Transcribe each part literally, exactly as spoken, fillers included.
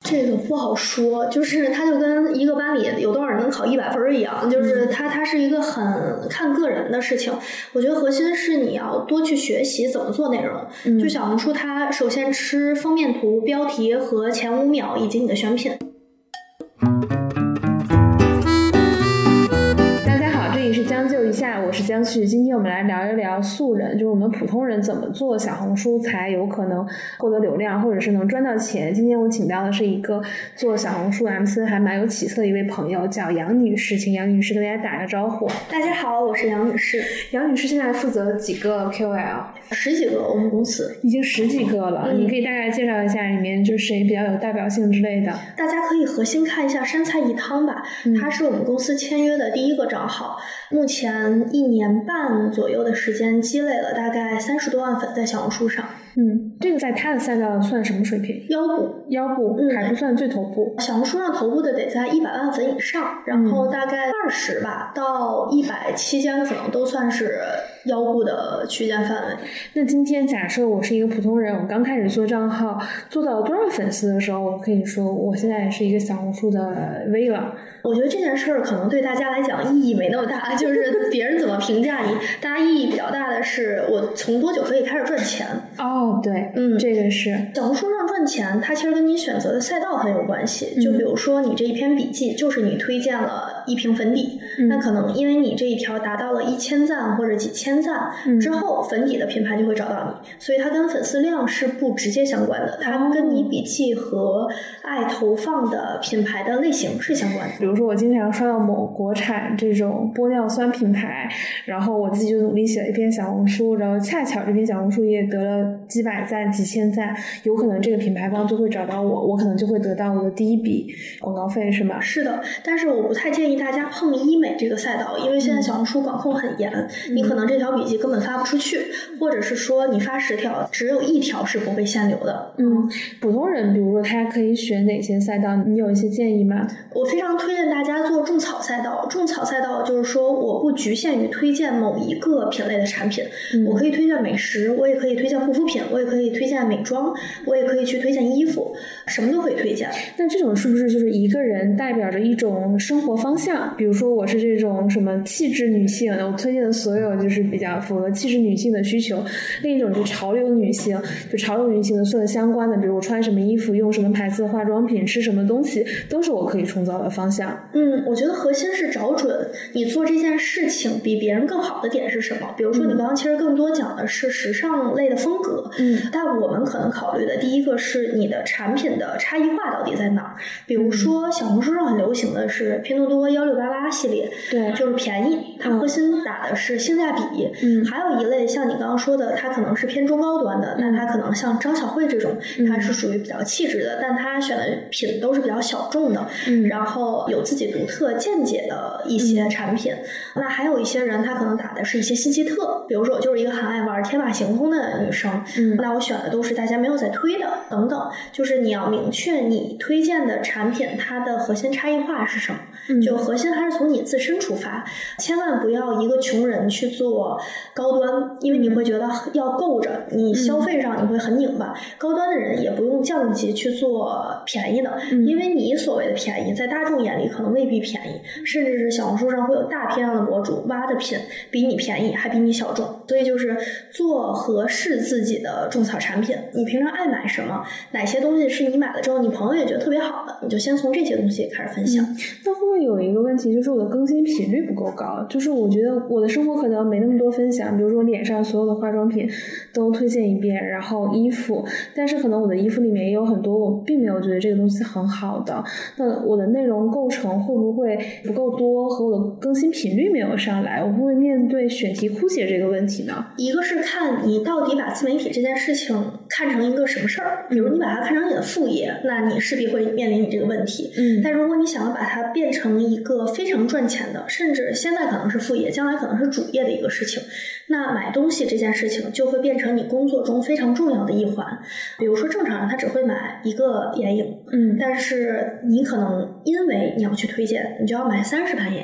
这个不好说，就是它就跟一个班里有多少人能考一百分一样，就是它它是一个很看个人的事情。我觉得核心是你要多去学习怎么做内容。嗯、就小红书它首先吃封面图、标题和前五秒以及你的选品。 是将就一下，我是江旭。今天我们来聊一聊素人，就是我们普通人怎么做小红书才有可能获得流量，或者是能赚到钱。今天我请到的是一个做小红书 M C 还蛮有起色的一位朋友，叫杨女士，请杨女士跟大家打个招呼。 大家好，我是杨女士。 杨女士现在负责几个 K O L？ 十几个，我们公司已经十几个了。嗯、你可以大概介绍一下里面就是谁比较有代表性之类的。 大家可以核心看一下山菜一汤吧，嗯、它是我们公司签约的第一个账号。目前一年半左右的时间，积累了大概三十多万粉在小红书上。 嗯，这个在他的赛道算什么水平？ 腰部， 腰部、嗯、还不算最头部。 小红书上头部的得在一百万粉以上，然后大概二十吧、嗯、到一百期间可能都算是腰部的区间范围。 那今天假设我是一个普通人，我刚开始做账号，做到多少粉丝的时候，我可以说我现在是一个小红书的 V 了。 我觉得这件事儿可能对大家来讲意义没那么大，就是别人怎么评价你，大家意义比较大的是我从多久可以开始赚钱。 哦，对， 嗯， 这个是小红书上赚钱，它其实跟你选择的赛道很有关系。就比如说你这一篇笔记就是你推荐了一瓶粉底，嗯、那可能因为你这一条达到了一千赞或者几千赞、嗯、之后，粉底的品牌就会找到你，所以它跟粉丝量是不直接相关的，它跟你笔记和爱投放的品牌的类型是相关的。 比如说我经常刷到某国产这种玻尿酸品牌，然后我自己就努力写了一篇小红书，然后恰巧这篇小红书也得了几百赞几千赞，有可能这个品牌方就会找到我，我可能就会得到我的第一笔广告费，是吗？ 是的，但是我不太建议大家碰医美这个赛道，因为现在小红书管控很严、嗯、你可能这条笔记根本发不出去，或者是说你发十条只有一条是不被限流的。 嗯，普通人比如说他可以选哪些赛道，你有一些建议吗？ 我非常推荐大家做种草赛道。种草赛道就是说我不局限于推荐某一个品类的产品、嗯、我可以推荐美食，我也可以推荐护肤品，我也可以推荐美妆，我也可以去推荐衣服，什么都可以推荐。 那这种是不是就是一个人代表着一种生活方向？比如说我是这种什么气质女性，我推荐的所有就是比较符合气质女性的需求。另一种就潮流女性，就潮流女性的所有相关的，比如我穿什么衣服，用什么牌子的化妆品，吃什么东西，都是我可以创造的方向。 嗯，我觉得核心是找准你做这件事情比别人更好的点是什么。比如说你刚刚其实更多讲的是时尚类的风格，嗯，但我们可能考虑的第一个是你的产品的差异化到底在哪儿。比如说小红书上很流行的是拼多多一六八八系列，对，就是便宜，它核心打的是性价比。嗯，还有一类像你刚刚说的，它可能是偏中高端的，那它可能像张小慧这种，它是属于比较气质的，但它选的品都是比较小众的，嗯，然后有自己独特见解的一些产品。嗯、那还有一些人，他可能打的是一些信息特，比如说我就是一个很爱玩天马行空的女生，嗯，那我选的都是大家没有在推的等等。就是你要明确你推荐的产品它的核心差异化是什么，嗯、就核心还是从你自身出发，千万不要一个穷人去做高端，因为你会觉得要够着，你消费上你会很拧巴。嗯、高端的人也不用降级去做便宜的，嗯、因为你所谓的便宜在大众眼里可能未必便宜，甚至是小红书上会有大批量的博主挖的品比你便宜还比你小众。所以就是做合适自己的种草产品，你平常爱买什么，哪些东西是你买了之后你朋友也觉得特别好的，你就先从这些东西开始分享。嗯、 那会不会有一个问题，就是我的更新频率不够高？就是我觉得我的生活可能没那么多分享，比如说脸上所有的化妆品都推荐一遍，然后衣服，但是可能我的衣服里面也有很多我并没有觉得这个东西很好的，那我的内容构成会不会不够多，和我的更新频率没有上来，我会不会面对选题枯竭这个问题呢？ 一个是看你到底把自媒体这件事情看成一个什么事儿，比如你把它看成你的副业，那你势必会面临你这个问题。嗯，但如果你想要把它变成一个非常赚钱的，甚至现在可能是副业，将来可能是主业的一个事情，那买东西这件事情就会变成你工作中非常重要的一环。比如说正常人他只会买一个眼影，嗯，但是你可能因为你要去推荐，你就要买三十盘眼影。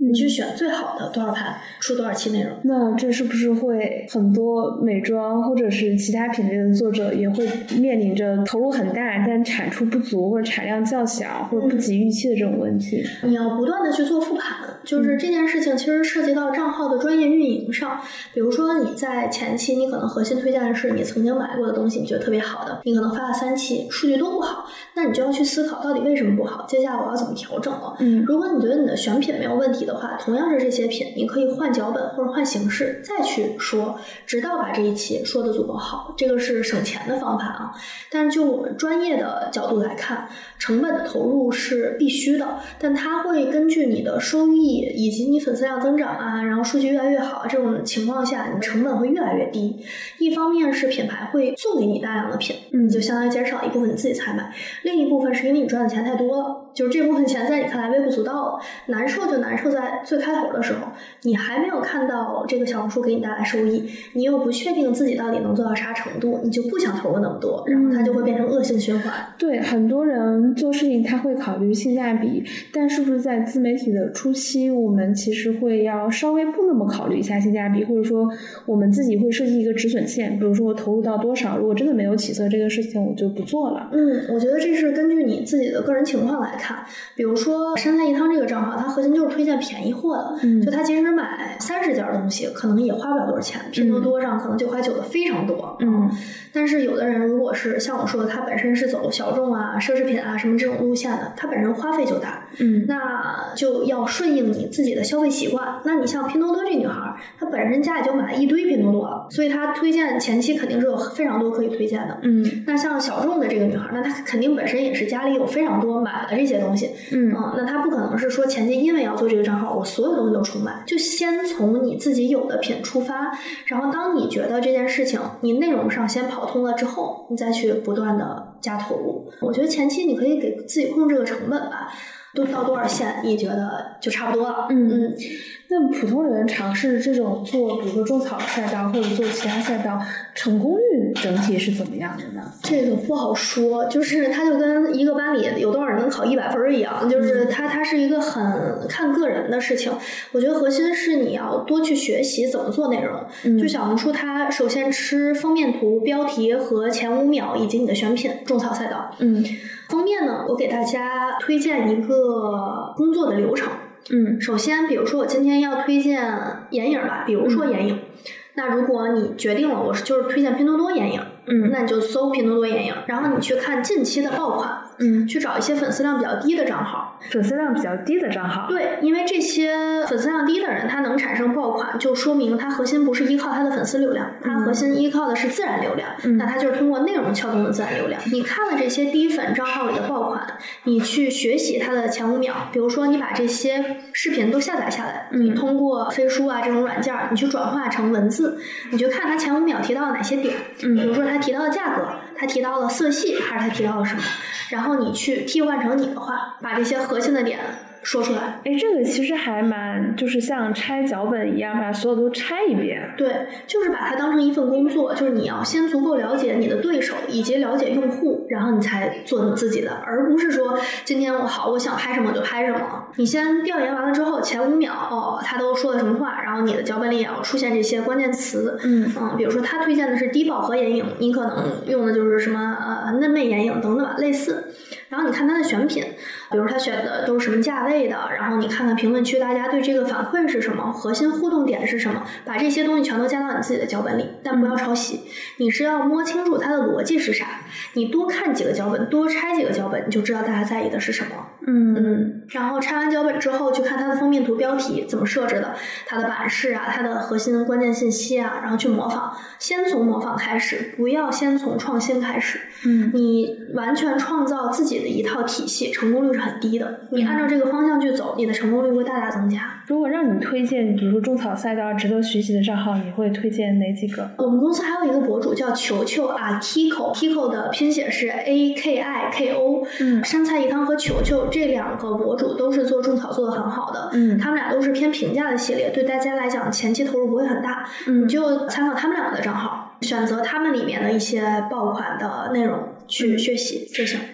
你去选最好的多少盘出多少期内容。 那这是不是会很多美妆或者是其他品类的作者也会面临着投入很大但产出不足或者产量较小或者不及预期的这种问题？ 你要不断的去做复盘，就是这件事情其实涉及到账号的专业运营上。比如说你在前期你可能核心推荐的是你曾经买过的东西，你觉得特别好的，你可能发了三期数据都不好，那你就要去思考到底为什么不好，接下来我要怎么调整了。 嗯， 如果你觉得你的选品没有问题的话，同样是这些品你可以换脚本或者换形式再去说，直到把这一期说的足够好，这个是省钱的方法啊。但是就我们专业的角度来看，成本的投入是必须的，但它会根据你的收益以及你粉丝量增长啊，然后数据越来越好这种情况下，你的成本会越来越低。一方面是品牌会送给你大量的品，你就相当于减少一部分你自己采买，另一部分是因为你赚的钱太多了，就是这部分钱在你看来微不足道了。难受就难受在最开头的时候，你还没有看到这个小红书给你带来收益，你又不确定自己到底能做到啥程度，你就不想投入那么多，然后它就会变成恶性循环。 对，很多人做事情他会考虑性价比，但是不是在自媒体的初期我们其实会要稍微不那么考虑一下性价比，或者说我们自己会设计一个止损线，比如说我投入到多少，如果真的没有起色这个事情我就不做了。 嗯，我觉得这是根据你自己的个人情况来看。比如说山菜一汤这个账号，它核心就是推荐便宜货的， 嗯， 就它其实买三十件东西可能也花不了多少钱，拼多多上可能九块九的非常多。 嗯， 但是有的人如果是像我说的，他本身是走小众啊、奢侈品啊什么这种路线的，他本身花费就大， 嗯， 那就要顺应你自己的消费习惯。那你像拼多多这女孩，她本身家里就买了一堆拼多多了，所以她推荐前期肯定是有非常多可以推荐的。 嗯， 那像小众的这个女孩，那她肯定本身也是家里有非常多买了这些东西。 嗯， 嗯，那她不可能是说前期因为要做这个账号，我所有东西都重买，就先从你自己有的品出发，然后当你觉得这件事情你内容上先跑通了之后，你再去不断的加投入。我觉得前期你可以给自己控制个成本吧，都到多少线你觉得就差不多了。 嗯嗯，那普通人尝试这种做比如说种草赛道或者做其他赛道，成功率整体是怎么样的呢？ 这个不好说，就是它就跟一个班里有多少人能考一百分一样，就是它它是一个很看个人的事情。我觉得核心是你要多去学习怎么做内容。 嗯， 就小红书它首先吃封面图、标题和前五秒以及你的选品种草赛道。 嗯， 封面呢，我给大家推荐一个工作的流程。 嗯， 首先比如说我今天要推荐眼影吧，比如说眼影，嗯，那如果你决定了我是就是推荐拼多多眼影， 嗯， 那你就搜拼多多眼影，然后你去看近期的爆款， 嗯， 去找一些粉丝量比较低的账号， 粉丝量比较低的账号， 对，因为这些粉丝量低的人他能产生爆款，就说明他核心不是依靠他的粉丝流量，他核心依靠的是自然流量， 嗯， 那他就是通过内容撬动的自然流量。你看了这些低粉账号里的爆款，你去学习它的前五秒，比如说你把这些视频都下载下来， 嗯， 你通过飞书啊这种软件你去转化成文字，你就看它前五秒提到了哪些点， 嗯， 比如说它提到的价格，它提到了色系，还是它提到了什么，然后你去替换成你的话，把这些核心的点说出来。 哎，这个其实还蛮就是像拆脚本一样，把所有都拆一遍。 对，就是把它当成一份工作，就是你要先足够了解你的对手以及了解用户，然后你才做你自己的，而不是说今天我好我想拍什么就拍什么。你先调研完了之后，前五秒哦他都说了什么话，然后你的脚本里也要出现这些关键词。 嗯嗯，比如说他推荐的是低饱和眼影，你可能用的就是什么呃嫩妹眼影等等吧，类似。然后你看他的选品，比如他选的都是什么价位的，然后你看看评论区大家对这个反馈是什么，核心互动点是什么，把这些东西全都加到你自己的脚本里，但不要抄袭，你是要摸清楚它的逻辑是啥，你多看几个脚本，多拆几个脚本，你就知道大家在意的是什么。 嗯嗯，然后拆完脚本之后，去看它的封面图标题怎么设置的，它的版式啊，它的核心关键信息啊，然后去模仿，先从模仿开始，不要先从创新开始。 嗯， 你完全创造自己的一套体系，成功率是很低的。你按照这个方向去走，你的成功率会大大增加。 如果让你推荐，比如说种草赛道值得学习的账号，你会推荐哪几个？ 我们公司还有一个博主叫球球啊 Kiko，Kiko 的拼写是 A K I K O。 嗯， 山菜一汤和球球这两个博主都是做种草做的很好的。 嗯， 他们俩都是偏平价的系列，对大家来讲前期投入不会很大。 嗯， 你就参考他们两个的账号，选择他们里面的一些爆款的内容去学习就行。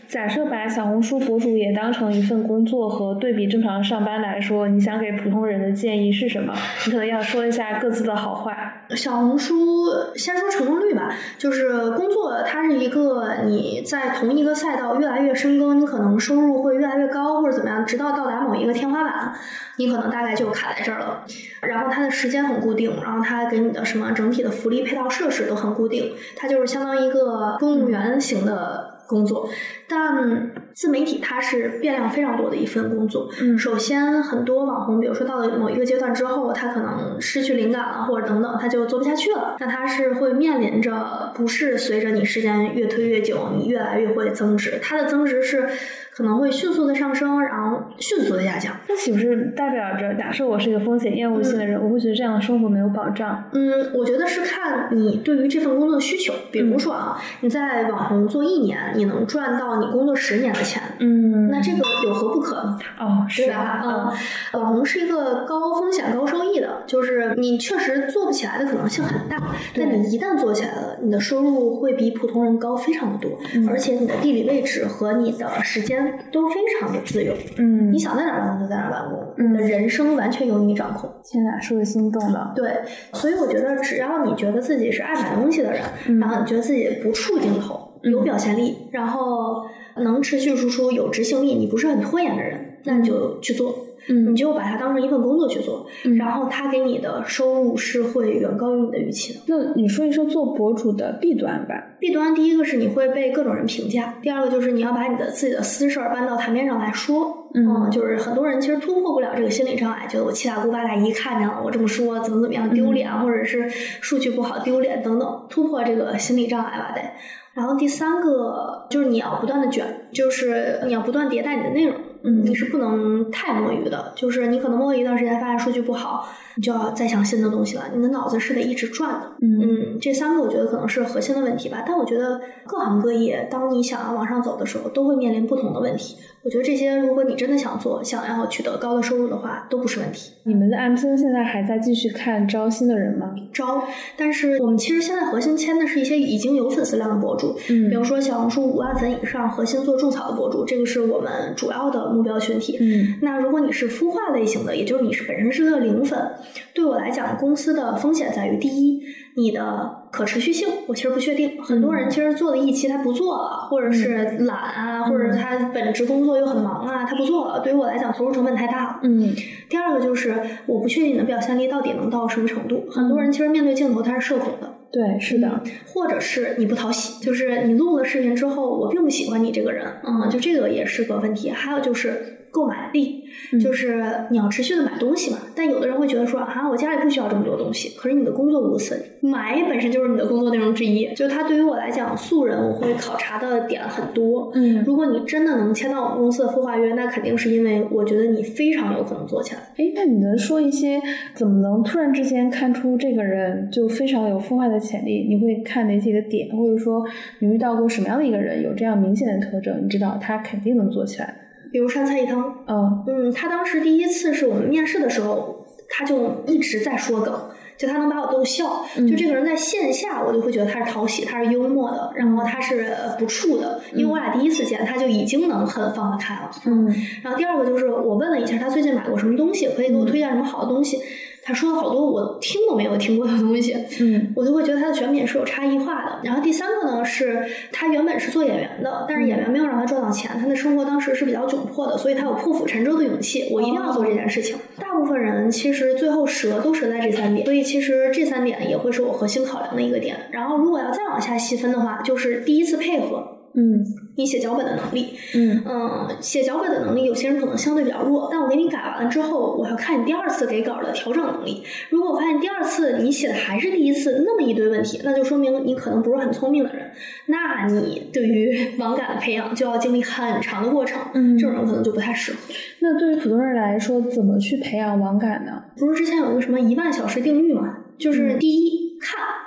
假设把小红书博主也当成一份工作和对比正常上班来说，你想给普通人的建议是什么？你可能要说一下各自的好坏。 小红书先说成功率吧，就是工作它是一个你在同一个赛道越来越深耕，你可能收入会越来越高或者怎么样，直到到达某一个天花板，你可能大概就卡在这儿了。然后它的时间很固定，然后它给你的什么整体的福利配套设施都很固定，它就是相当于一个公务员型的工作。但自媒体它是变量非常多的一份工作。 嗯， 首先很多网红比如说到了某一个阶段之后，他可能失去灵感了或者等等，他就做不下去了，那他是会面临着不是随着你时间越推越久你越来越会增值，它的增值是可能会迅速的上升然后迅速的下降。 那岂不是代表着假设我是一个风险厌恶性的人、嗯、我会觉得这样的生活没有保障？ 嗯，我觉得是看你对于这份工作的需求。比如说啊、嗯、你在网红做一年你能赚到你工作十年的钱， 嗯， 那这个有何不可呢？ 哦，是吧？嗯，网红是一个高风险高收益的，就是你确实做不起来的可能性很大，但你一旦做起来了，你的收入会比普通人高非常的多、嗯、而且你的地理位置和你的时间都非常的自由。嗯，你想在哪儿办公就在哪儿办公， 嗯， 你的人生完全由你掌控。 天哪，说的心动了。 对，所以我觉得只要你觉得自己是爱买东西的人、嗯、然后你觉得自己不触镜头、嗯、有表现力，然后能持续输出，有执行力，你不是很拖延的人，那你就去做。嗯，你就把它当成一份工作去做、嗯、然后它给你的收入是会远高于你的预期的。 那你说一说做博主的弊端吧。 弊端第一个是你会被各种人评价，第二个就是你要把你的自己的私事儿搬到台面上来说。嗯, 嗯，就是很多人其实突破不了这个心理障碍，觉得我七大姑八大姨看见了我这么说怎么怎么样丢脸、嗯、或者是数据不好丢脸等等，突破这个心理障碍吧得。然后第三个就是你要不断的卷，就是你要不断迭代你的内容。嗯，你是不能太摸鱼的，就是你可能摸了一段时间发现数据不好，你就要再想新的东西了，你的脑子是得一直转的。嗯嗯，这三个我觉得可能是核心的问题吧，但我觉得各行各业当你想要往上走的时候都会面临不同的问题，我觉得这些如果你真的想做，想要取得高的收入的话都不是问题。 你们的 M C N 现在还在继续看招新的人吗？ 招，但是我们其实现在核心签的是一些已经有粉丝量的博主，嗯，比如说小红书五万粉以上核心做种草的博主，这个是我们主要的目标群体。嗯，那如果你是孵化类型的，也就是你是本身是个零粉，对我来讲公司的风险在于第一，你的可持续性我其实不确定，很多人其实做了一期他不做了，或者是懒啊、嗯、或者他本职工作又很忙啊他不做了，对于我来讲投入成本太大了。嗯，第二个就是我不确定你的表现力到底能到什么程度，很多人其实面对镜头他是社恐的。 对，是的、 嗯、或者是你不讨喜，就是你录了视频之后我并不喜欢你这个人，嗯，就这个也是个问题。还有就是购买力、嗯、就是你要持续的买东西嘛，但有的人会觉得说啊，我家里不需要这么多东西，可是你的工作如此，买本身就是你的工作内容之一，就它对于我来讲素人我会考察的点很多。嗯，如果你真的能签到我们公司的孵化约，那肯定是因为我觉得你非常有可能做起来。 诶，那你能说一些怎么能突然之间看出这个人就非常有孵化的潜力？你会看哪几个点，或者说你遇到过什么样的一个人有这样明显的特征，你知道他肯定能做起来？ 比如山菜一汤。嗯嗯，他当时第一次是我们面试的时候，他就一直在说梗，就他能把我逗笑、嗯、就这个人在线下我就会觉得他是讨喜，他是幽默的，然后他是不怵的，因为我俩第一次见他就已经能很放得开了。嗯，然后第二个就是我问了一下他最近买过什么东西，可以给我推荐什么好的东西、嗯，他说了好多我听都没有听过的东西，嗯，我就会觉得他的选品是有差异化的。然后第三个呢，是他原本是做演员的，但是演员没有让他赚到钱，他的生活当时是比较窘迫的，所以他有破釜沉舟的勇气，我一定要做这件事情。哦、大部分人其实最后折都折在这三点，所以其实这三点也会是我核心考量的一个点。然后如果要再往下细分的话，就是第一次配合。嗯，你写脚本的能力，嗯嗯，写脚本的能力，有些人可能相对比较弱，但我给你改完了之后，我要看你第二次给稿的调整能力。如果我发现第二次你写的还是第一次那么一堆问题，那就说明你可能不是很聪明的人，那你对于网感的培养就要经历很长的过程，嗯，这种人可能就不太适合。 那对于普通人来说，怎么去培养网感呢？ 不是之前有一个什么一万小时定律吗？就是第一、嗯、看。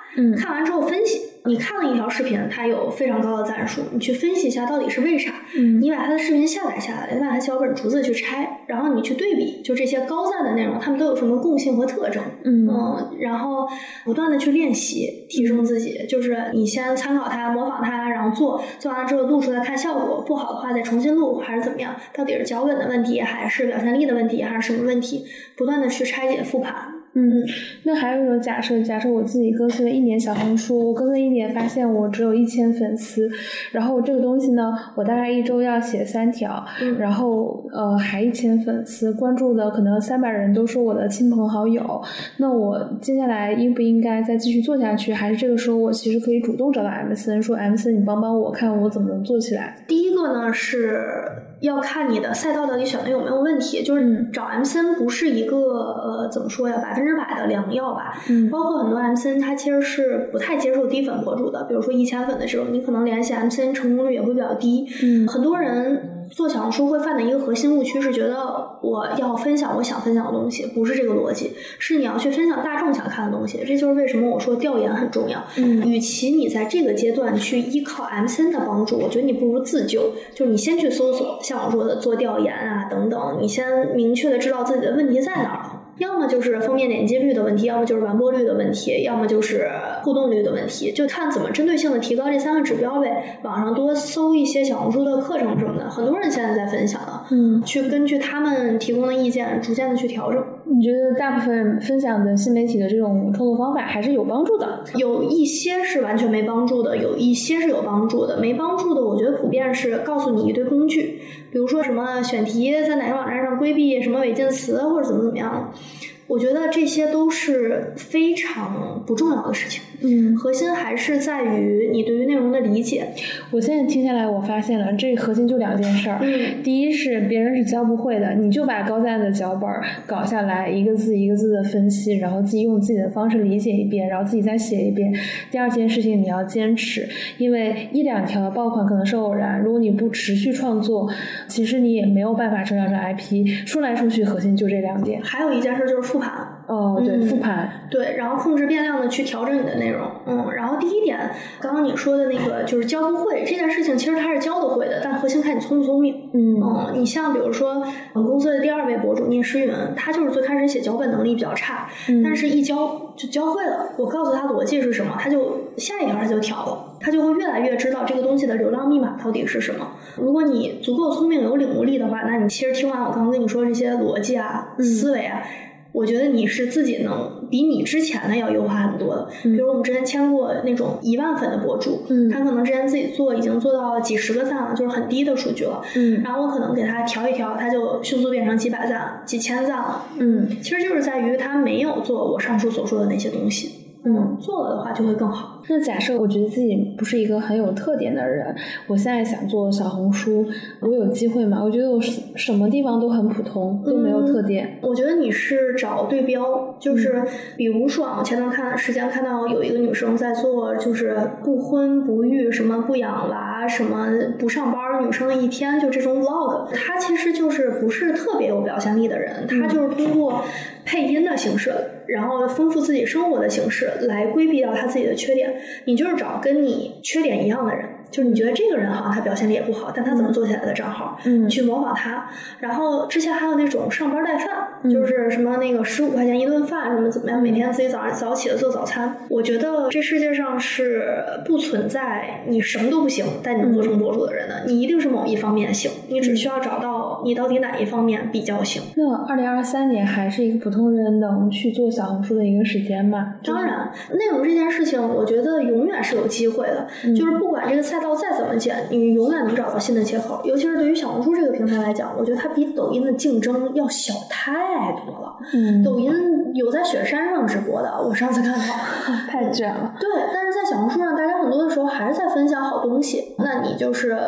嗯， 看完之后分析。你看了一条视频，它有非常高的赞数，你去分析一下到底是为啥。 嗯， 你把它的视频下载下来，你把它脚本逐字去拆，然后你去对比，就这些高赞的内容，它们都有什么共性和特征。 嗯, 嗯然后不断的去练习，提升自己。就是你先参考它，模仿它，然后做，做完了之后录出来看效果，不好的话再重新录，还是怎么样？到底是脚本的问题，还是表现力的问题，还是什么问题？不断的去拆解复盘。 嗯，那还有一种假设，假设我自己更新了一年小红书，我更新了一年，发现我只有一千粉丝，然后这个东西呢，我大概一周要写三条， 嗯、 然后呃还一千粉丝，关注的可能三百人都是我的亲朋好友，那我接下来应不应该再继续做下去？还是这个时候我其实可以主动找到 M C N 说 M C N 你帮帮我，看我怎么能做起来？ 第一个呢是要看你的赛道到底选的有没有问题，就是找 M C N 不是一个呃怎么说呀百分之百的良药吧。 嗯， 包括很多 M C N 它其实是不太接受低粉博主的，比如说一千粉的这种，你可能联系 M C N 成功率也会比较低。 嗯， 很多人做小红书会犯的一个核心误区是觉得我要分享我想分享的东西，不是这个逻辑，是你要去分享大众想看的东西。这就是为什么我说调研很重要。 嗯， 与其你在这个阶段去依靠 M C N 的帮助，我觉得你不如自救，就是你先去搜索，像我说的做调研啊等等，你先明确的知道自己的问题在哪儿了。要么就是封面点击率的问题，要么就是完播率的问题，要么就是互动率的问题，就看怎么针对性的提高这三个指标呗。网上多搜一些小红书的课程什么的，很多人现在在分享了， 嗯， 去根据他们提供的意见逐渐的去调整。 你觉得大部分分享的新媒体的这种创作方法还是有帮助的？ 有一些是完全没帮助的，有一些是有帮助的。没帮助的我觉得普遍是告诉你一堆工具，比如说什么选题在哪个网站上规避什么违禁词或者怎么怎么样，我觉得这些都是非常不重要的事情。 嗯， 核心还是在于你对于内容的理解。 我现在听下来，我发现了，这核心就两件事儿。 嗯， 第一是别人是教不会的，你就把高赞的脚本搞下来，一个字一个字的分析，然后自己用自己的方式理解一遍，然后自己再写一遍。第二件事情你要坚持，因为一两条爆款可能是偶然，如果你不持续创作，其实你也没有办法成长成 I P。说来说去，核心就这两点。 还有一件事就是复盘。 哦，对， 嗯、 复盘， 对，然后控制变量的去调整你的内容。嗯，然后第一点，刚刚你说的那个就是教不会这件事情，其实他是教得会的，但核心看你聪不聪明。 嗯嗯，你像比如说我们公司的第二位博主聂诗云，他就是最开始写脚本能力比较差， 嗯、 但是一教就教会了。我告诉他逻辑是什么，他就下一条他就调了，他就会越来越知道这个东西的流量密码到底是什么。如果你足够聪明有领悟力的话，那你其实听完我刚刚跟你说这些逻辑啊、 嗯、 思维啊。我觉得你是自己能比你之前的要优化很多的。 嗯、 比如我们之前签过那种一万粉的博主， 嗯， 他可能之前自己做已经做到几十个赞了，就是很低的数据了。 嗯， 然后我可能给他调一调，他就迅速变成几百赞、几千赞了。 嗯， 其实就是在于他没有做我上述所说的那些东西。嗯，做了的话就会更好。 那假设我觉得自己不是一个很有特点的人，我现在想做小红书，我有机会吗？我觉得我什么地方都很普通，都没有特点。 嗯、我觉得你是找对标，就是比如说啊，我前段看时间看到有一个女生在做，就是不婚不育，什么不养娃，什么不上班，女生的一天，就这种 vlog。她其实就是不是特别有表现力的人，她就是通过配音的形式，然后丰富自己生活的形式来规避掉她自己的缺点。你就是找跟你缺点一样的人，就是你觉得这个人好像他表现力也不好，但他怎么做起来的账号， 嗯， 去模仿他。然后之前还有那种上班带饭， 嗯、 就是什么那个十五块钱一顿饭，什么怎么样，每天自己早上早起的做早餐。我觉得这世界上是不存在你什么都不行，但你能做成博主的人的，嗯、你一定是某一方面行，你只需要找到你到底哪一方面比较行。 那二零二三年还是一个普通人能去做小红书的一个时间吗？ 当然，内容这件事情，我觉得永远是有机会的， 嗯、 就是不管这个赛道再怎么卷，你永远能找到新的切口。尤其是对于小红书这个平台来讲，我觉得它比抖音的竞争要小太多了。 嗯， 抖音有在雪山上直播的，我上次看到， 太卷了。 对，但是在小红书上，大家很多的时候还是在分享好东西。那你就是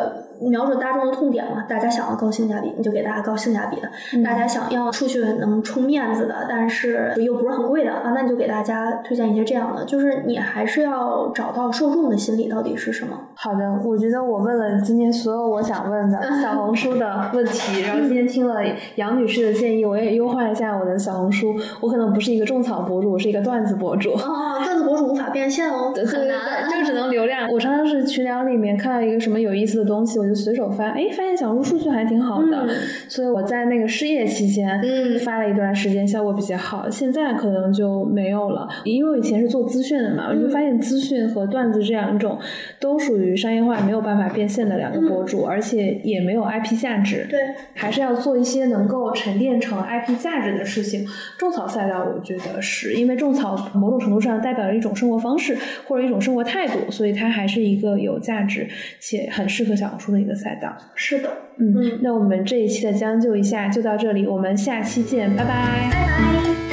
瞄准大众的痛点嘛，大家想要高性价比，你就给大家高性价比的； 嗯、 大家想要出去能充面子的，但是又不是很贵的啊，那你就给大家推荐一些这样的。就是你还是要找到受众的心理到底是什么。 好的，我觉得我问了今天所有我想问的小红书的问题，然后今天听了杨女士的建议，我也优化一下我的小红书。我可能不是一个种草博主，我是一个段子博主。 哦，段子博主无法变现哦，很难， 就只能流量。我常常是群聊里面看到一个什么有意思的东西，我就随手发，哎，发现小红书数据还挺好的，嗯、所以我在那个失业期间，嗯，发了一段时间，效果比较好。现在可能就没有了，因为我以前是做资讯的嘛，我就发现资讯和段子这两种都属于商业化没有办法变现的两个博主，嗯、而且也没有 I P 价值。 对， 还是要做一些能够沉淀成 I P 价值的事情。种草赛道，我觉得是因为种草某种程度上代表了一种生活方式或者一种生活态度，所以它还是一个有价值且很适合小红书的一个赛道。 是的， 嗯，嗯那我们这一期的将就一下就到这里，我们下期见，拜拜， 拜拜。